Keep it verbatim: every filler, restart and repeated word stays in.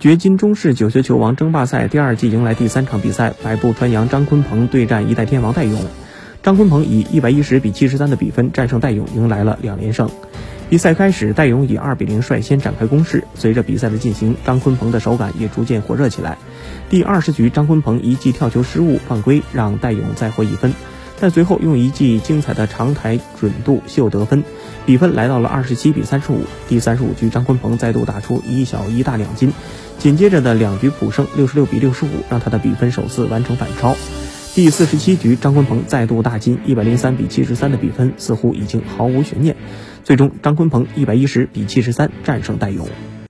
掘金中式九球球王争霸赛第二季迎来第三场比赛，百步穿杨张坤鹏对战一代天王戴勇。张坤鹏以一百一十比七十三的比分战胜戴勇，迎来了两连胜。比赛开始，戴勇以二比零率先展开攻势。随着比赛的进行，张坤鹏的手感也逐渐火热起来。第二十局，张坤鹏一记跳球失误犯规，让戴勇再获一分，但随后用一记精彩的长台准度秀得分，比分来到了二十七比三十五。第三十五局，张坤鹏再度打出一小一大两金，紧接着的两局普胜六十六比六十五，让他的比分首次完成反超。第四十七局，张坤鹏再度大金，一百零三比七十三的比分似乎已经毫无悬念，最终张坤鹏一百一十比七十三战胜戴勇。